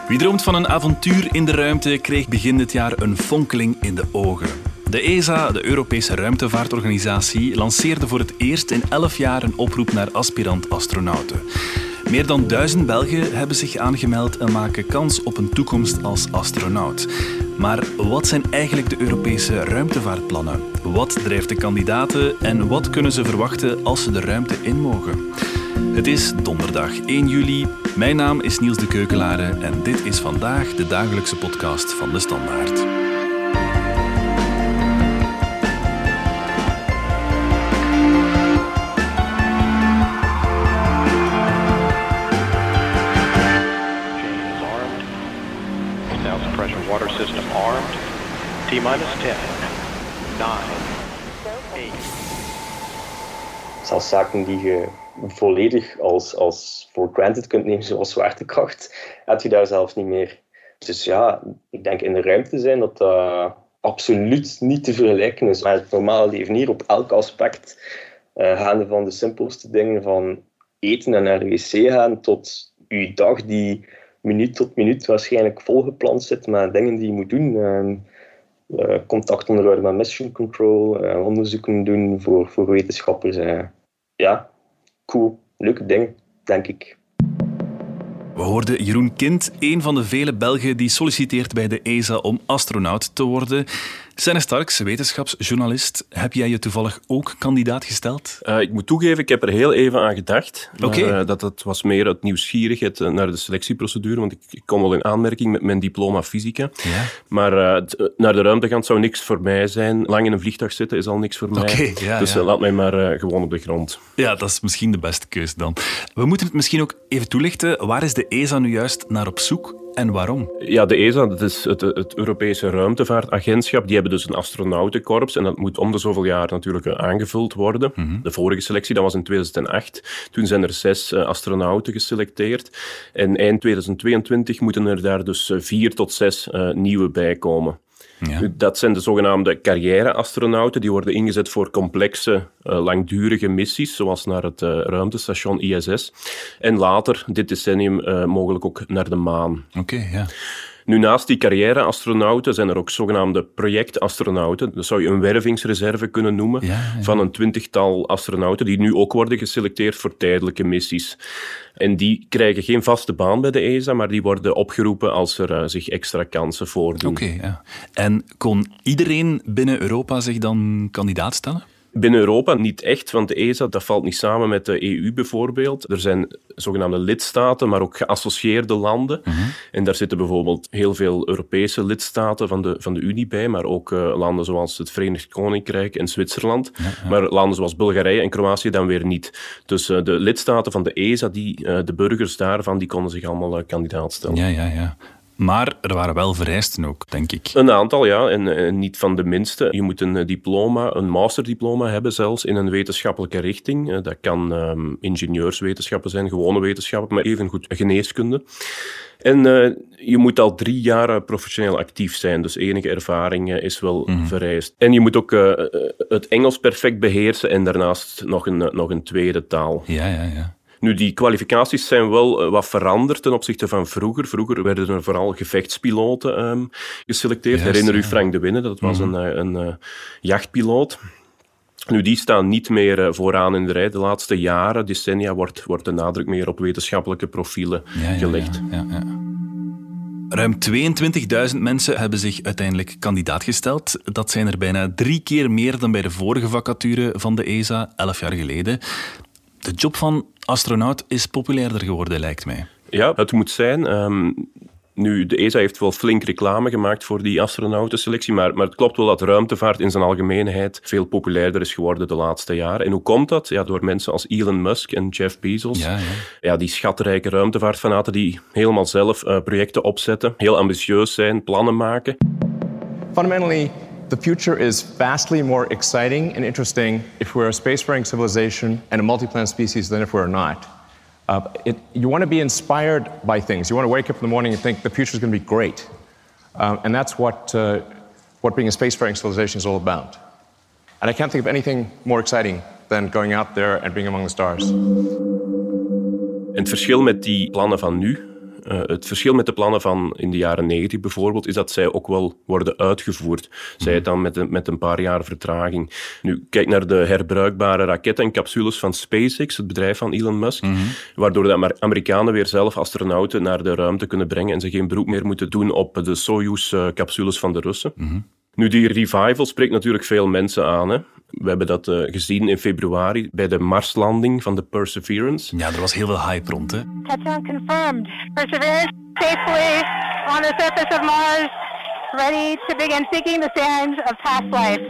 Wie droomt van een avontuur in de ruimte kreeg begin dit jaar een fonkeling in de ogen. De ESA, de Europese Ruimtevaartorganisatie, lanceerde voor het eerst in 11 jaar een oproep naar aspirant-astronauten. Meer dan 1000 Belgen hebben zich aangemeld en maken kans op een toekomst als astronaut. Maar wat zijn eigenlijk de Europese ruimtevaartplannen? Wat drijft de kandidaten en wat kunnen ze verwachten als ze de ruimte in mogen? Het is donderdag 1 juli. Mijn naam is Niels de Keukelare en dit is vandaag de dagelijkse podcast van De Standaard. Water system armed. T-minus 10, 9, 8. Zelfs zaken die je volledig als for granted kunt nemen, zoals zwaartekracht, heb je daar zelfs niet meer. Dus ja, ik denk in de ruimte zijn dat absoluut niet te vergelijken is met het normale leven hier op elk aspect. Gaande van de simpelste dingen van eten en naar de wc gaan tot je dag die minuut tot minuut waarschijnlijk volgepland zit met dingen die je moet doen. Contact onderhouden met mission control, onderzoeken doen voor wetenschappers. Ja, cool, leuke dingen, denk ik. We hoorden Jeroen Kind, een van de vele Belgen die solliciteert bij de ESA om astronaut te worden. Senne Starks, wetenschapsjournalist. Heb jij je toevallig ook kandidaat gesteld? Ik moet toegeven, ik heb er heel even aan gedacht. Oké. Dat was meer uit nieuwsgierigheid naar de selectieprocedure, want ik kom wel in aanmerking met mijn diploma fysica. Ja. Maar naar de ruimte gaan zou niks voor mij zijn. Lang in een vliegtuig zitten is al niks voor mij. Oké, ja, dus ja. laat mij maar gewoon op de grond. Ja, dat is misschien de beste keus dan. We moeten het misschien ook even toelichten. Waar is de ESA nu juist naar op zoek en waarom? Ja, de ESA, dat is het Europese Ruimtevaartagentschap. Die hebben dus een astronautenkorps en dat moet om de zoveel jaar natuurlijk aangevuld worden. Mm-hmm. De vorige selectie, dat was in 2008. Toen zijn er 6 astronauten geselecteerd. En eind 2022 moeten er daar dus 4 tot 6 nieuwe bij komen. Ja. Dat zijn de zogenaamde carrière-astronauten. Die worden ingezet voor complexe, langdurige missies, zoals naar het ruimtestation ISS. En later, dit decennium, mogelijk ook naar de maan. Oké, ja. Nu, naast die carrière-astronauten zijn er ook zogenaamde projectastronauten. Dat zou je een wervingsreserve kunnen noemen, van een 20-tal astronauten die nu ook worden geselecteerd voor tijdelijke missies. En die krijgen geen vaste baan bij de ESA, maar die worden opgeroepen als er zich extra kansen voordoen. Oké, ja. En kon iedereen binnen Europa zich dan kandidaat stellen? Binnen Europa niet echt, want de ESA dat valt niet samen met de EU bijvoorbeeld. Er zijn zogenaamde lidstaten, maar ook geassocieerde landen. Mm-hmm. En daar zitten bijvoorbeeld heel veel Europese lidstaten van de Unie bij, maar ook landen zoals het Verenigd Koninkrijk en Zwitserland. Ja. Maar landen zoals Bulgarije en Kroatië dan weer niet. Dus de lidstaten van de ESA, de burgers daarvan, die konden zich allemaal kandidaat stellen. Ja. Maar er waren wel vereisten ook, denk ik. Een aantal, ja. En niet van de minste. Je moet een diploma, een masterdiploma hebben zelfs, in een wetenschappelijke richting. Dat kan ingenieurswetenschappen zijn, gewone wetenschappen, maar evengoed geneeskunde. En je moet al 3 jaar professioneel actief zijn, dus enige ervaring is wel vereist. En je moet ook het Engels perfect beheersen en daarnaast nog een tweede taal. Ja. Nu, die kwalificaties zijn wel wat veranderd ten opzichte van vroeger. Vroeger werden er vooral gevechtspiloten geselecteerd. Herinner u Frank de Winne, dat was een jachtpiloot. Nu, die staan niet meer vooraan in de rij. De laatste jaren, decennia, wordt de nadruk meer op wetenschappelijke profielen gelegd. Ja. Ruim 22.000 mensen hebben zich uiteindelijk kandidaat gesteld. Dat zijn er bijna 3 keer meer dan bij de vorige vacature van de ESA, 11 jaar geleden. De job van astronaut is populairder geworden, lijkt mij. Ja, het moet zijn. Nu, de ESA heeft wel flink reclame gemaakt voor die astronautenselectie, maar het klopt wel dat ruimtevaart in zijn algemeenheid veel populairder is geworden de laatste jaren. En hoe komt dat? Ja, door mensen als Elon Musk en Jeff Bezos. Ja, die schatrijke ruimtevaartfanaten die helemaal zelf projecten opzetten, heel ambitieus zijn, plannen maken. Fundamentally, the future is vastly more exciting and interesting if we're a spacefaring civilization and a multi-planet species than if we're not. You want to be inspired by things. You want to wake up in the morning and think the future is going to be great. And that's what being a spacefaring civilization is all about. And I can't think of anything more exciting than going out there and being among the stars. En het verschil met die plannen van nu, Het verschil met de plannen van in de jaren 90 bijvoorbeeld, is dat zij ook wel worden uitgevoerd. Zij het dan met een paar jaar vertraging. Nu, kijk naar de herbruikbare raketten en capsules van SpaceX, het bedrijf van Elon Musk, waardoor de Amerikanen weer zelf astronauten naar de ruimte kunnen brengen en ze geen beroep meer moeten doen op de Soyuz-capsules van de Russen. Nu, die revival spreekt natuurlijk veel mensen aan. Hè. We hebben dat gezien in februari bij de Marslanding van de Perseverance. Ja, er was heel veel hype rond, hè? Touchdown confirmed. Perseverance safely on the surface of Mars, ready to begin seeking the sands of past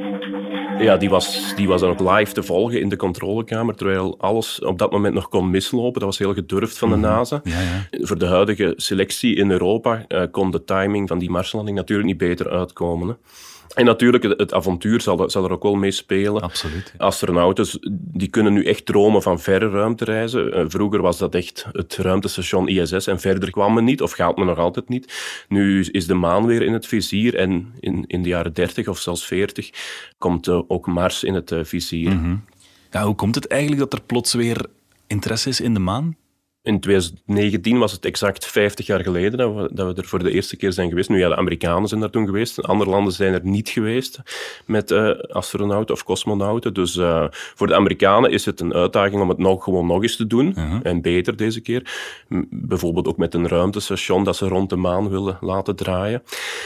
life. Ja, die was dan ook live te volgen in de controlekamer, terwijl alles op dat moment nog kon mislopen. Dat was heel gedurfd van de NASA. Ja, ja. Voor de huidige selectie in Europa kon de timing van die Marslanding natuurlijk niet beter uitkomen. Hè. En natuurlijk, het avontuur zal er ook wel mee spelen. Absoluut. Astronauten die kunnen nu echt dromen van verre ruimtereizen. Vroeger was dat echt het ruimtestation ISS en verder kwam men niet, of gaat men nog altijd niet. Nu is de maan weer in het vizier en in de jaren 30 of zelfs 40 komt ook Mars in het vizier. Ja, hoe komt het eigenlijk dat er plots weer interesse is in de maan? In 2019 was het exact 50 jaar geleden dat we er voor de eerste keer zijn geweest. Nu ja, de Amerikanen zijn daar toen geweest. Andere landen zijn er niet geweest met astronauten of cosmonauten. Dus voor de Amerikanen is het een uitdaging om het gewoon nog eens te doen. En beter deze keer. Bijvoorbeeld ook met een ruimtestation dat ze rond de maan willen laten draaien.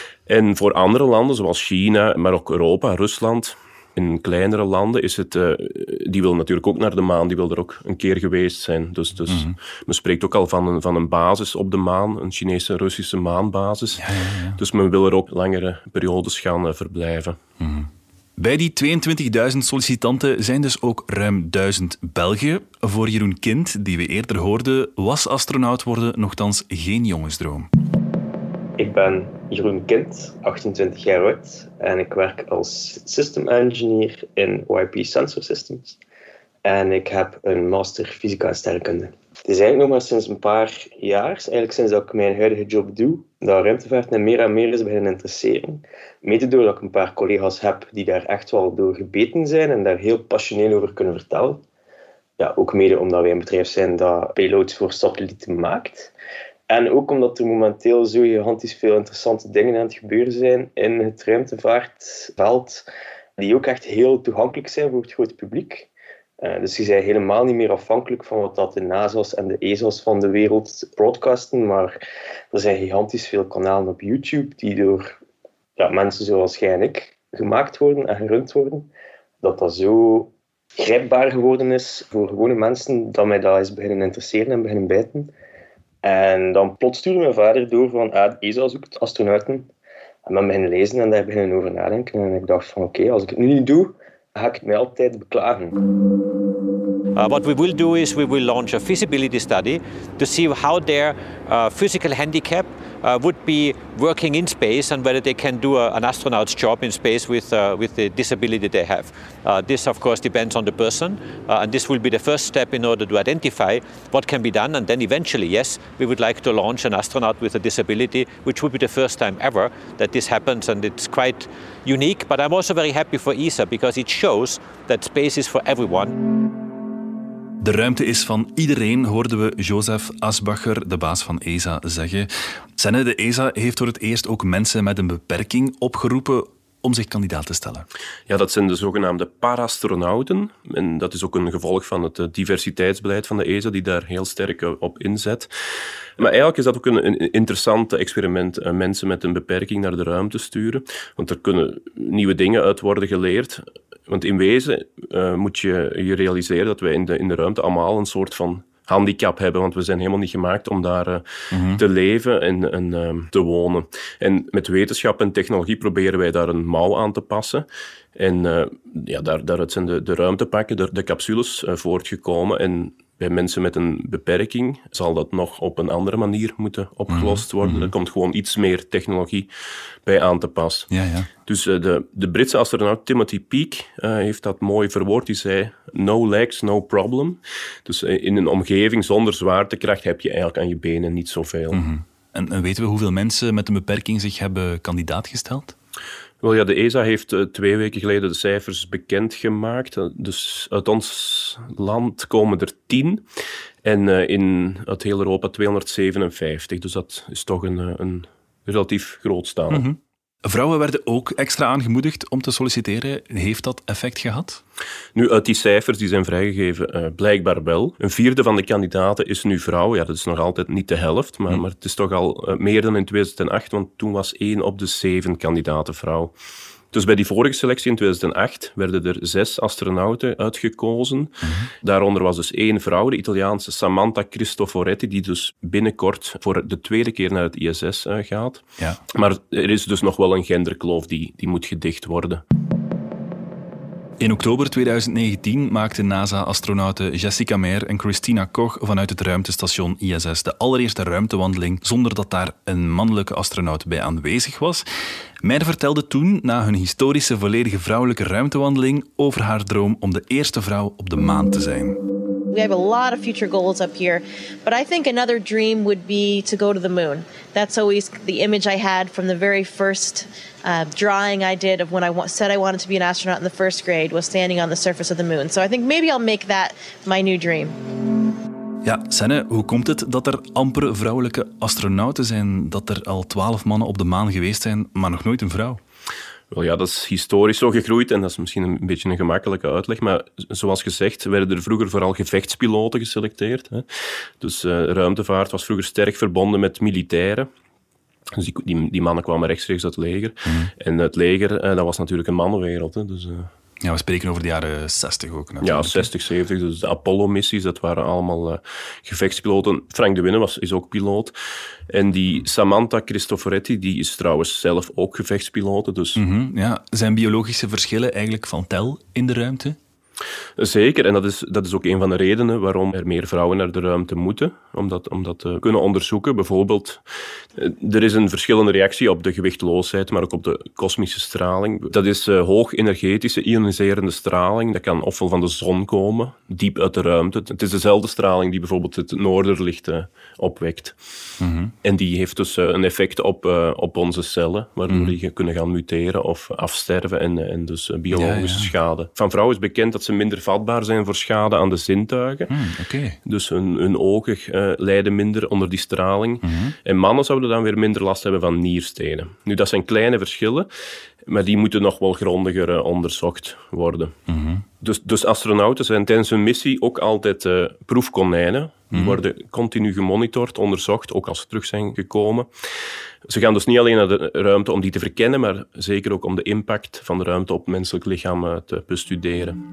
En voor andere landen, zoals China, maar ook Europa, Rusland... In kleinere landen is het... die wil natuurlijk ook naar de maan, die wil er ook een keer geweest zijn. Dus men spreekt ook al van een basis op de maan, een Chinese-Russische maanbasis. Ja. Dus men wil er ook langere periodes gaan verblijven. Bij die 22.000 sollicitanten zijn dus ook ruim 1000 Belgen. Voor Jeroen Kind, die we eerder hoorden, was astronaut worden nogthans geen jongensdroom. Ik ben Jeroen Kind, 28 jaar oud en ik werk als system engineer in OIP Sensor Systems. En ik heb een master fysica en sterrenkunde. Het is eigenlijk nog maar sinds een paar jaar, eigenlijk sinds dat ik mijn huidige job doe, dat ruimtevaart me meer en meer is beginnen interesseren. Mede doordat ik een paar collega's heb die daar echt wel door gebeten zijn en daar heel passioneel over kunnen vertellen. Ja, ook mede omdat wij een bedrijf zijn dat payloads voor satellieten maakt. En ook omdat er momenteel zo gigantisch veel interessante dingen aan het gebeuren zijn in het ruimtevaartveld, die ook echt heel toegankelijk zijn voor het grote publiek. Dus je bent helemaal niet meer afhankelijk van wat dat de NASA's en de ESA's van de wereld broadcasten, maar er zijn gigantisch veel kanalen op YouTube die door mensen zoals jij en ik gemaakt worden en gerund worden, dat zo grijpbaar geworden is voor gewone mensen dat mij dat is beginnen interesseren en beginnen bijten. En dan plots stuurde mijn vader door van de ESA zoekt astronauten. En ben beginnen lezen en daar beginnen over nadenken. En ik dacht van oké, als ik het nu niet doe, ga ik het mij altijd beklagen. What we will do is we will launch a feasibility study to see how their physical handicap would be working in space and whether they can do an astronaut's job in space with the disability they have. This of course depends on the person and this will be the first step in order to identify what can be done, and then eventually, yes, we would like to launch an astronaut with a disability, which would be the first time ever that this happens, and it's quite unique. But I'm also very happy for ESA because it shows that space is for everyone. De ruimte is van iedereen, hoorden we Joseph Asbacher, de baas van ESA, zeggen. Senne, de ESA heeft voor het eerst ook mensen met een beperking opgeroepen om zich kandidaat te stellen. Ja, dat zijn de zogenaamde parastronauten. En dat is ook een gevolg van het diversiteitsbeleid van de ESA, die daar heel sterk op inzet. Maar eigenlijk is dat ook een interessant experiment, mensen met een beperking naar de ruimte sturen. Want er kunnen nieuwe dingen uit worden geleerd. Want in wezen moet je realiseren dat wij in de ruimte allemaal een soort van handicap hebben, want we zijn helemaal niet gemaakt om daar te leven en te wonen. En met wetenschap en technologie proberen wij daar een mouw aan te passen. En daaruit zijn de ruimtepakken, de capsules voortgekomen. En bij mensen met een beperking zal dat nog op een andere manier moeten opgelost worden. Er komt gewoon iets meer technologie bij aan te pas. Ja. Dus de Britse astronaut Timothy Peake heeft dat mooi verwoord. Die zei, no legs, no problem. Dus in een omgeving zonder zwaartekracht heb je eigenlijk aan je benen niet zoveel. En weten we hoeveel mensen met een beperking zich hebben kandidaat gesteld? Wel ja, de ESA heeft 2 weken geleden de cijfers bekendgemaakt. Dus uit ons land komen er 10. En in uit heel Europa 257. Dus dat is toch een relatief groot staal. Mm-hmm. Vrouwen werden ook extra aangemoedigd om te solliciteren. Heeft dat effect gehad? Nu, uit die cijfers die zijn vrijgegeven, blijkbaar wel. 1/4 van de kandidaten is nu vrouw. Ja, dat is nog altijd niet de helft, maar het is toch al meer dan in 2008, want toen was 1 op de 7 kandidaten vrouw. Dus bij die vorige selectie in 2008 werden er 6 astronauten uitgekozen. Mm-hmm. Daaronder was dus 1 vrouw, de Italiaanse Samantha Cristoforetti, die dus binnenkort voor de 2e keer naar het ISS gaat. Ja. Maar er is dus nog wel een genderkloof die moet gedicht worden. In oktober 2019 maakten NASA-astronauten Jessica Meir en Christina Koch vanuit het ruimtestation ISS de allereerste ruimtewandeling zonder dat daar een mannelijke astronaut bij aanwezig was. Meir vertelde toen, na hun historische volledige vrouwelijke ruimtewandeling, over haar droom om de eerste vrouw op de maan te zijn. We have a lot of future goals up here, but I think another dream would be to go to the moon. That's always the image I had from the very first drawing I did of when I said I wanted to be an astronaut in the first grade, was standing on the surface of the moon. So I think maybe I'll make that my new dream. Ja, Senne, hoe komt het dat er amper vrouwelijke astronauten zijn? Dat er al 12 mannen op de maan geweest zijn, maar nog nooit een vrouw? Wel ja, dat is historisch zo gegroeid en dat is misschien een beetje een gemakkelijke uitleg, maar zoals gezegd werden er vroeger vooral gevechtspiloten geselecteerd. Hè. Dus ruimtevaart was vroeger sterk verbonden met militairen. Dus die mannen kwamen rechtstreeks uit het leger. Mm. En het leger, dat was natuurlijk een mannenwereld. Hè. Dus, ja, we spreken over de jaren 60 ook natuurlijk. Ja, 60, 70. Dus de Apollo-missies, dat waren allemaal gevechtspiloten. Frank de Winne is ook piloot. En die Samantha Cristoforetti, die is trouwens zelf ook gevechtspiloot. Dus... Mm-hmm, ja. Zijn biologische verschillen eigenlijk van tel in de ruimte? Zeker, en dat is ook een van de redenen waarom er meer vrouwen naar de ruimte moeten, om dat te kunnen onderzoeken. Bijvoorbeeld, er is een verschillende reactie op de gewichtloosheid, maar ook op de kosmische straling. Dat is hoog energetische, ioniserende straling. Dat kan ofwel van de zon komen, diep uit de ruimte. Het is dezelfde straling die bijvoorbeeld het noorderlicht opwekt. Mm-hmm. En die heeft dus een effect op onze cellen, waardoor die kunnen gaan muteren of afsterven en dus biologische schade. Van vrouwen is bekend dat ze minder vatbaar zijn voor schade aan de zintuigen. Okay. Dus hun ogen lijden minder onder die straling. Mm-hmm. En mannen zouden dan weer minder last hebben van nierstenen. Nu, dat zijn kleine verschillen, maar die moeten nog wel grondiger onderzocht worden. Mm-hmm. Dus astronauten zijn tijdens hun missie ook altijd proefkonijnen. Die worden continu gemonitord, onderzocht, ook als ze terug zijn gekomen. Ze gaan dus niet alleen naar de ruimte om die te verkennen, maar zeker ook om de impact van de ruimte op het menselijk lichaam te bestuderen.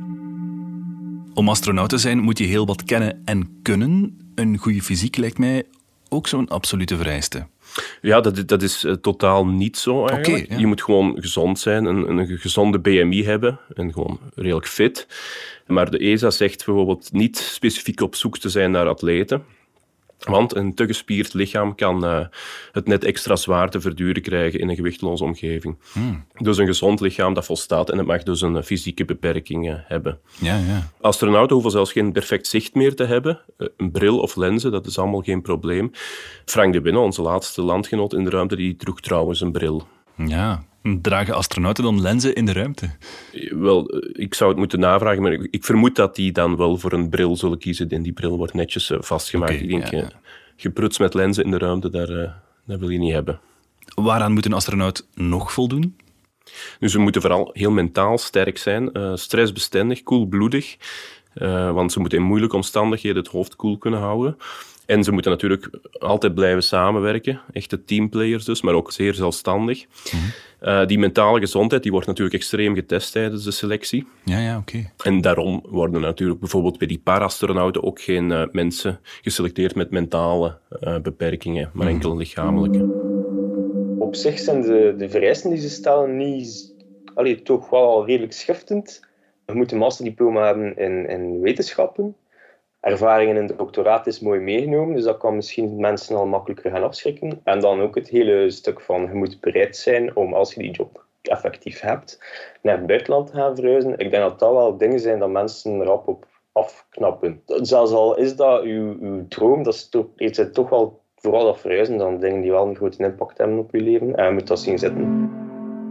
Om astronaut te zijn moet je heel wat kennen en kunnen. Een goede fysiek lijkt mij ook zo'n absolute vereiste. Ja, dat is totaal niet zo eigenlijk. Okay, ja. Je moet gewoon gezond zijn, een gezonde BMI hebben en gewoon redelijk fit. Maar de ESA zegt bijvoorbeeld niet specifiek op zoek te zijn naar atleten. Want een te gespierd lichaam kan het net extra zwaar te verduren krijgen in een gewichtloze omgeving. Dus een gezond lichaam dat volstaat en het mag dus een fysieke beperking hebben. Ja, ja. Astronauten hoeven zelfs geen perfect zicht meer te hebben. Een bril of lenzen, dat is allemaal geen probleem. Frank de Winne, onze laatste landgenoot in de ruimte, die droeg trouwens een bril. Ja, dragen astronauten dan lenzen in de ruimte? Wel, ik zou het moeten navragen, maar ik vermoed dat die dan wel voor een bril zullen kiezen. En die bril wordt netjes vastgemaakt. Okay, ik denk, gepruts met lenzen in de ruimte, dat wil je niet hebben. Waaraan moet een astronaut nog voldoen? Dus ze moeten vooral heel mentaal sterk zijn, stressbestendig, koelbloedig. Want ze moeten in moeilijke omstandigheden het hoofd koel kunnen houden. En ze moeten natuurlijk altijd blijven samenwerken. Echte teamplayers dus, maar ook zeer zelfstandig. Mm-hmm. Die mentale gezondheid die wordt natuurlijk extreem getest tijdens de selectie. Ja, oké. En daarom worden natuurlijk bijvoorbeeld bij die parastronauten ook geen mensen geselecteerd met mentale beperkingen, maar enkel lichamelijke. Op zich zijn de vereisten die ze stellen niet, toch wel al redelijk schiftend. Je moet een masterdiploma hebben in wetenschappen. Ervaringen in het doctoraat is mooi meegenomen, dus dat kan misschien mensen al makkelijker gaan afschrikken. En dan ook het hele stuk van, je moet bereid zijn om, als je die job effectief hebt, naar het buitenland te gaan verhuizen. Ik denk dat dat wel dingen zijn dat mensen rap op afknappen. Zelfs al is dat uw droom, dat is toch wel vooral dat verhuizen dan dingen die wel een grote impact hebben op je leven. En je moet dat zien zitten.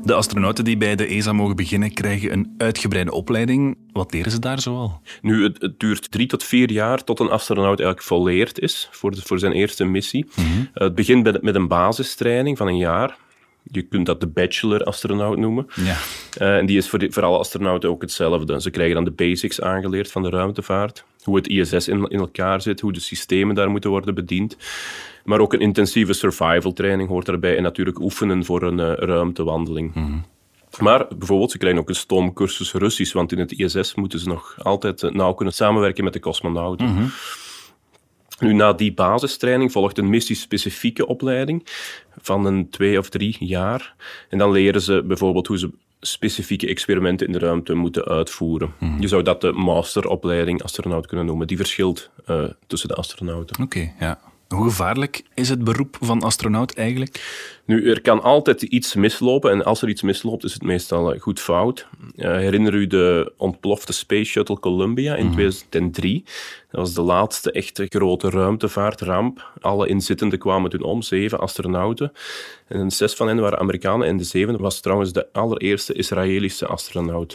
De astronauten die bij de ESA mogen beginnen krijgen een uitgebreide opleiding. Wat leren ze daar zoal? Nu, het duurt 3 tot 4 jaar tot een astronaut eigenlijk volleerd is voor zijn eerste missie. Mm-hmm. Het begint met een basistraining van een jaar. Je kunt dat de bachelor-astronaut noemen. Ja. En die is voor alle astronauten ook hetzelfde. Ze krijgen dan de basics aangeleerd van de ruimtevaart. Hoe het ISS in elkaar zit, hoe de systemen daar moeten worden bediend. Maar ook een intensieve survival training hoort daarbij. En natuurlijk oefenen voor een ruimtewandeling. Mm-hmm. Maar bijvoorbeeld, ze krijgen ook een stoomcursus Russisch, want in het ISS moeten ze nog altijd nauw kunnen samenwerken met de cosmonauten. Mm-hmm. Nu, na die basistraining volgt een missiespecifieke opleiding van een 2 of 3 jaar. En dan leren ze bijvoorbeeld hoe ze specifieke experimenten in de ruimte moeten uitvoeren. Mm-hmm. Je zou dat de masteropleiding astronaut kunnen noemen. Die verschilt tussen de astronauten. Oké, ja. Hoe gevaarlijk is het beroep van astronaut eigenlijk? Nu, er kan altijd iets mislopen. En als er iets misloopt, is het meestal goed fout. Herinner u de ontplofte Space Shuttle Columbia in 2003? Dat was de laatste echte grote ruimtevaartramp. Alle inzittenden kwamen toen om, 7 astronauten. En 6 van hen waren Amerikanen en de 7e was trouwens de allereerste Israëlische astronaut.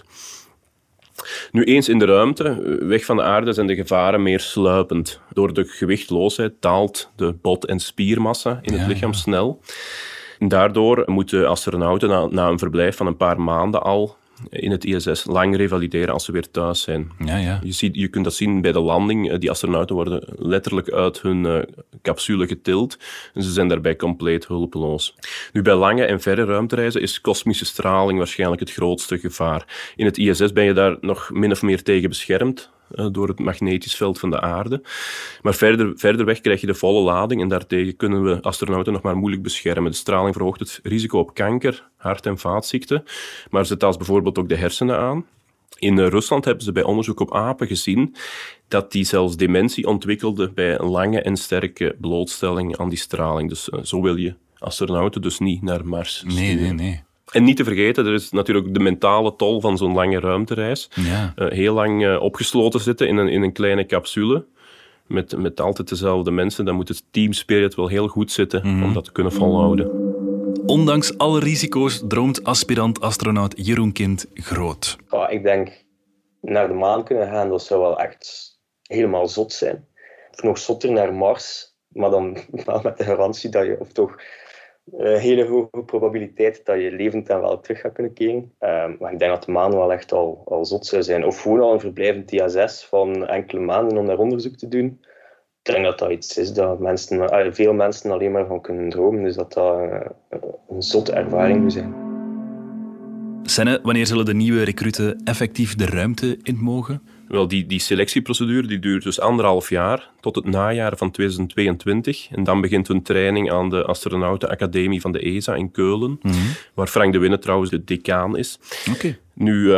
Nu, eens in de ruimte, weg van de aarde, zijn de gevaren meer sluipend. Door de gewichtloosheid daalt de bot- en spiermassa in het lichaam snel. En daardoor moeten astronauten na een verblijf van een paar maanden al in het ISS lang revalideren als ze weer thuis zijn. Ja. Je kunt dat zien bij de landing. Die astronauten worden letterlijk uit hun capsule getild en ze zijn daarbij compleet hulpeloos. Nu, bij lange en verre ruimtereizen is kosmische straling waarschijnlijk het grootste gevaar. In het ISS ben je daar nog min of meer tegen beschermd door het magnetisch veld van de aarde. Maar verder weg krijg je de volle lading en daartegen kunnen we astronauten nog maar moeilijk beschermen. De straling verhoogt het risico op kanker, hart- en vaatziekten, maar ze taast bijvoorbeeld ook de hersenen aan. In Rusland hebben ze bij onderzoek op apen gezien dat die zelfs dementie ontwikkelden bij een lange en sterke blootstelling aan die straling. Dus zo wil je astronauten dus niet naar Mars sturen. Nee. En niet te vergeten, er is natuurlijk de mentale tol van zo'n lange ruimtereis. Ja. Heel lang opgesloten zitten in een kleine capsule met altijd dezelfde mensen. Dan moet het teamspirit wel heel goed zitten om dat te kunnen volhouden. Ondanks alle risico's droomt aspirant-astronaut Jeroen Kind groot. Ik denk, naar de maan kunnen gaan, dat zou wel echt helemaal zot zijn. Of nog zotter naar Mars, maar dan wel met de garantie dat je, of toch een hele hoge probabiliteit dat je levend en wel terug gaat kunnen keren. Maar ik denk dat de maan wel echt al zot zou zijn. Of gewoon al een verblijvend ISS van enkele maanden om daar onderzoek te doen. Ik denk dat dat iets is dat veel mensen alleen maar van kunnen dromen. Dus dat een zotte ervaring moet zijn. Senne, wanneer zullen de nieuwe recruten effectief de ruimte in mogen? Wel, die selectieprocedure die duurt dus 1,5 jaar tot het najaar van 2022. En dan begint hun training aan de Astronautenacademie van de ESA in Keulen, waar Frank de Winne trouwens de decaan is. Okay. Nu,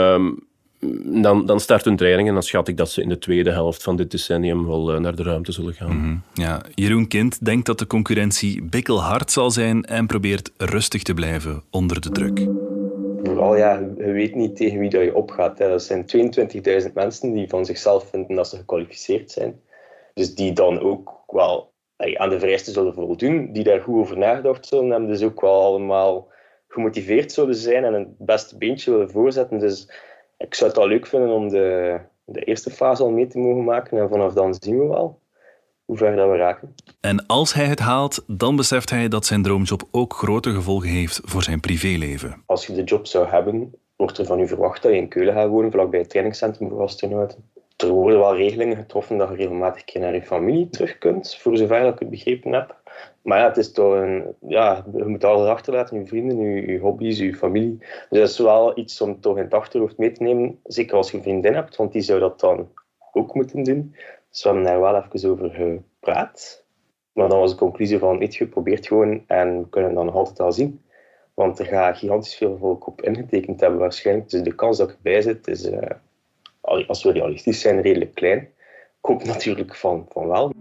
dan start hun training en dan schat ik dat ze in de tweede helft van dit decennium wel naar de ruimte zullen gaan. Mm-hmm. Ja, Jeroen Kind denkt dat de concurrentie bikkelhard zal zijn en probeert rustig te blijven onder de druk. Vooral, je weet niet tegen wie dat je opgaat. Dat zijn 22.000 mensen die van zichzelf vinden dat ze gekwalificeerd zijn. Dus die dan ook wel aan de vereisten zullen voldoen, die daar goed over nagedacht zullen hebben, dus ook wel allemaal gemotiveerd zullen zijn en het beste beentje willen voorzetten. Dus ik zou het al leuk vinden om de eerste fase al mee te mogen maken en vanaf dan zien we wel hoe ver dat we raken. En als hij het haalt, dan beseft hij dat zijn droomjob ook grote gevolgen heeft voor zijn privéleven. Als je de job zou hebben, wordt er van u verwacht dat je in Keulen gaat wonen, vlakbij het trainingscentrum voor astronauten. Er worden wel regelingen getroffen dat je regelmatig een keer naar je familie terug kunt, voor zover dat ik het begrepen heb. Maar het is toch je moet alles achterlaten, je vrienden, je hobby's, je familie. Dus dat is wel iets om toch in het achterhoofd mee te nemen, zeker als je een vriendin hebt, want die zou dat dan ook moeten doen. Dus we hebben daar wel even over gepraat. Maar dan was de conclusie van, je probeert gewoon en we kunnen het dan nog altijd al zien. Want er gaat gigantisch veel volk op ingetekend hebben waarschijnlijk. Dus de kans dat ik erbij zit is, als we realistisch zijn, redelijk klein. Ik hoop natuurlijk van wel.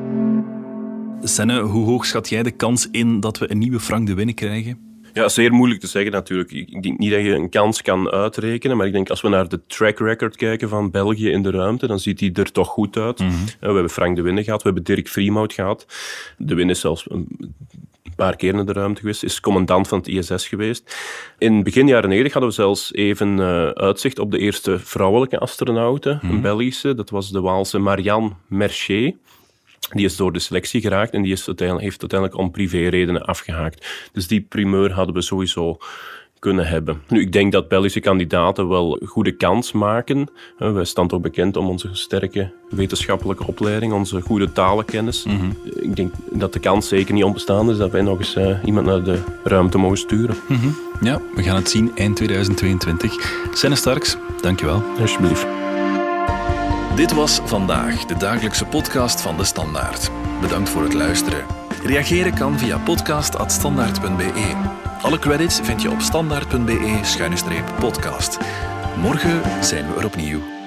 Senne, hoe hoog schat jij de kans in dat we een nieuwe Frank de Winne krijgen? Ja, zeer moeilijk te zeggen natuurlijk. Ik denk niet dat je een kans kan uitrekenen, maar ik denk als we naar de track record kijken van België in de ruimte, dan ziet die er toch goed uit. We hebben Frank de Winne gehad, we hebben Dirk Vriemhout gehad. De Winne is zelfs een paar keer naar de ruimte geweest, is commandant van het ISS geweest. In begin jaren 90 hadden we zelfs even uitzicht op de eerste vrouwelijke astronauten, een Belgische. Dat was de Waalse Marianne Mercier. Die is door de selectie geraakt en die heeft uiteindelijk om privéredenen afgehaakt. Dus die primeur hadden we sowieso kunnen hebben. Nu, ik denk dat Belgische kandidaten wel goede kans maken. Wij staan toch bekend om onze sterke wetenschappelijke opleiding, onze goede talenkennis. Ik denk dat de kans zeker niet onbestaande is dat wij nog eens iemand naar de ruimte mogen sturen. Ja, we gaan het zien eind 2022. Senne Starks, dankjewel. Alsjeblieft. Dit was Vandaag, de dagelijkse podcast van De Standaard. Bedankt voor het luisteren. Reageren kan via podcast@standaard.be. Alle credits vind je op standaard.be/podcast. Morgen zijn we er opnieuw.